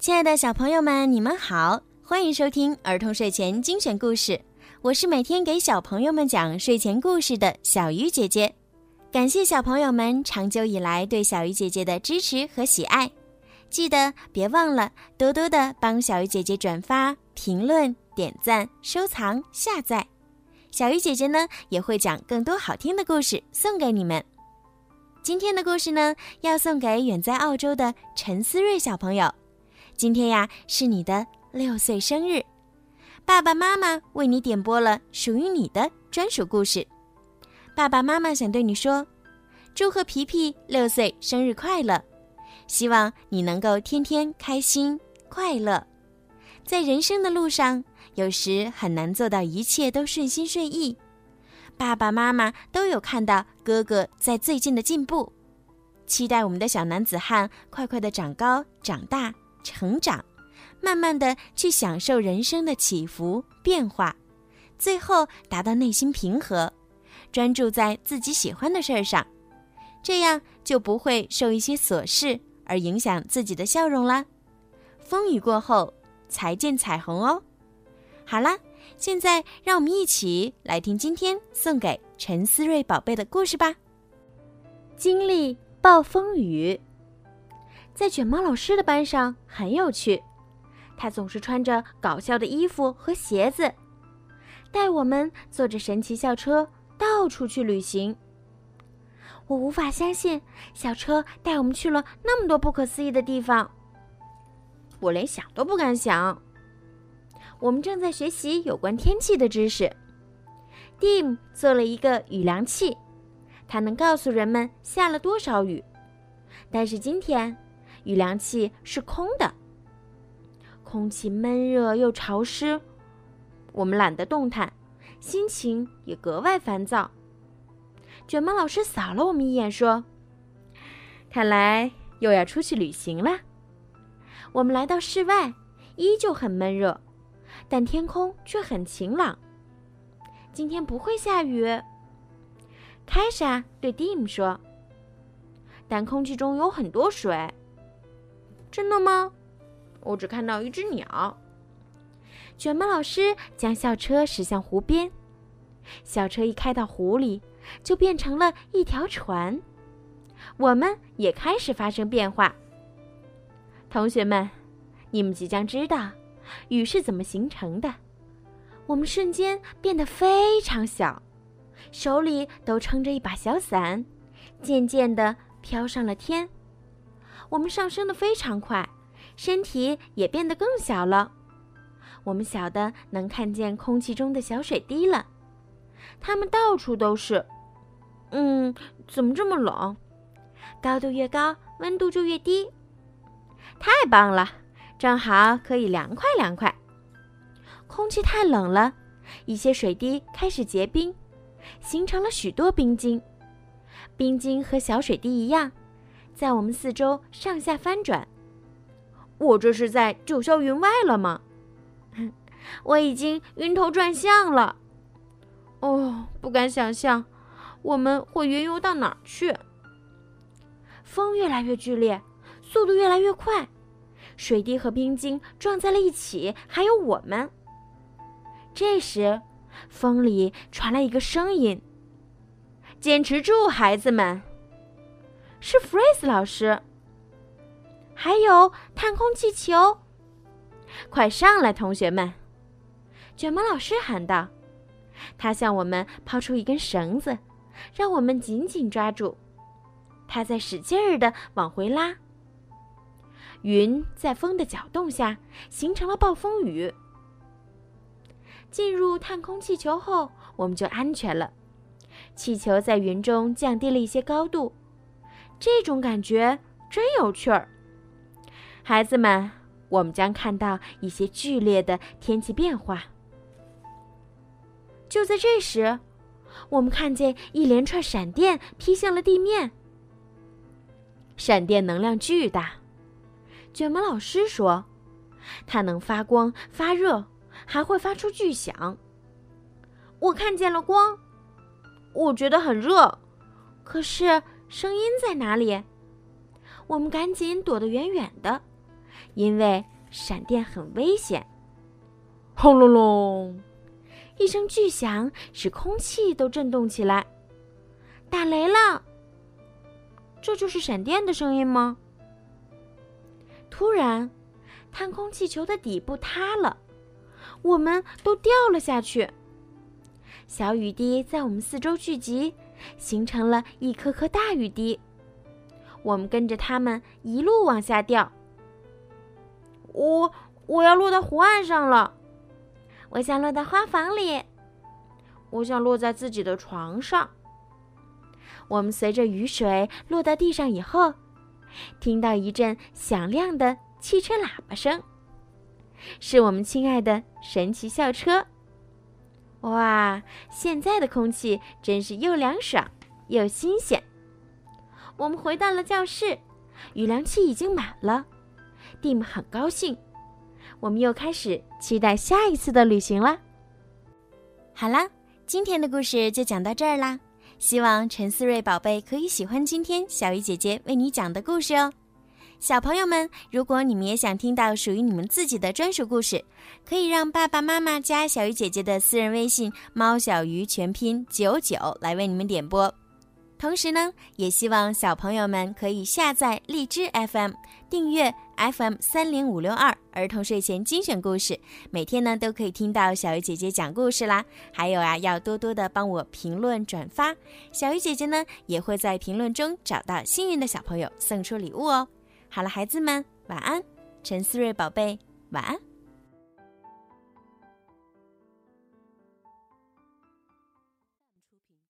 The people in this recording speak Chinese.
亲爱的小朋友们，你们好，欢迎收听儿童睡前精选故事。我是每天给小朋友们讲睡前故事的小鱼姐姐。感谢小朋友们长久以来对小鱼姐姐的支持和喜爱，记得别忘了多多的帮小鱼姐姐转发、评论、点赞、收藏、下载。小鱼姐姐呢也会讲更多好听的故事送给你们。今天的故事呢要送给远在澳洲的陈思睿小朋友。今天呀是你的6岁生日，爸爸妈妈为你点播了属于你的专属故事。爸爸妈妈想对你说，祝贺皮皮6岁生日快乐，希望你能够天天开心快乐。在人生的路上，有时很难做到一切都顺心顺意，爸爸妈妈都有看到哥哥在最近的进步，期待我们的小男子汉快快地长高长大成长，慢慢地去享受人生的起伏变化，最后达到内心平和，专注在自己喜欢的事儿上，这样就不会受一些琐事而影响自己的笑容啦。风雨过后才见彩虹哦。好啦，现在让我们一起来听今天送给陈思睿宝贝的故事吧。经历暴风雨。在卷毛老师的班上很有趣，他总是穿着搞笑的衣服和鞋子，带我们坐着神奇校车到处去旅行。我无法相信小车带我们去了那么多不可思议的地方，我连想都不敢想。我们正在学习有关天气的知识。Dim 做了一个雨量器，它能告诉人们下了多少雨。但是今天雨量器是空的，空气闷热又潮湿，我们懒得动弹，心情也格外烦躁。卷毛老师扫了我们一眼说，看来又要出去旅行了。我们来到室外，依旧很闷热，但天空却很晴朗。今天不会下雨。凯莎对 Dim 说，但空气中有很多水。真的吗？我只看到一只鸟。卷毛老师将校车驶向湖边，校车一开到湖里，就变成了一条船。我们也开始发生变化。同学们，你们即将知道雨是怎么形成的。我们瞬间变得非常小，手里都撑着一把小伞，渐渐地飘上了天。我们上升得非常快，身体也变得更小了。我们小的能看见空气中的小水滴了，它们到处都是。怎么这么冷？高度越高，温度就越低。太棒了，正好可以凉快凉快。空气太冷了，一些水滴开始结冰，形成了许多冰晶。冰晶和小水滴一样，在我们四周上下翻转。我这是在九霄云外了吗？我已经晕头转向了。不敢想象我们会云游到哪儿去。风越来越剧烈，速度越来越快，水滴和冰晶撞在了一起，还有我们。这时风里传来一个声音，坚持住，孩子们。是弗瑞斯老师。还有探空气球，快上来，同学们！卷毛老师喊道。他向我们抛出一根绳子，让我们紧紧抓住。他在使劲儿地往回拉。云在风的搅动下形成了暴风雨。进入探空气球后，我们就安全了。气球在云中降低了一些高度，这种感觉真有趣儿。孩子们，我们将看到一些剧烈的天气变化。就在这时，我们看见一连串闪电劈向了地面。闪电能量巨大，卷毛老师说，它能发光发热，还会发出巨响。我看见了光，我觉得很热，可是声音在哪里？我们赶紧躲得远远的，因为闪电很危险。轰隆隆，一声巨响使空气都震动起来。打雷了！这就是闪电的声音吗？突然，探空气球的底部塌了，我们都掉了下去。小雨滴在我们四周聚集，形成了一颗颗大雨滴。我们跟着它们一路往下掉。我要落到湖岸上了。我想落到花房里。我想落在自己的床上。我们随着雨水落到地上以后，听到一阵响亮的汽车喇叭声，是我们亲爱的神奇校车。哇，现在的空气真是又凉爽又新鲜。我们回到了教室，雨量器已经满了，蒂姆很高兴。我们又开始期待下一次的旅行了。 好啦，今天的故事就讲到这儿啦。希望陈思睿宝贝可以喜欢今天小鱼姐姐为你讲的故事哦。小朋友们，如果你们也想听到属于你们自己的专属故事，可以让爸爸妈妈加小鱼姐姐的私人微信猫小鱼全拼99来为你们点播。同时呢，也希望小朋友们可以下载荔枝 FM， 订阅 FM30562儿童睡前精选故事，每天呢都可以听到小鱼姐姐讲故事啦。还有啊，要多多的帮我评论转发，小鱼姐姐呢也会在评论中找到幸运的小朋友送出礼物哦。好了，孩子们晚安，陈思睿宝贝晚安。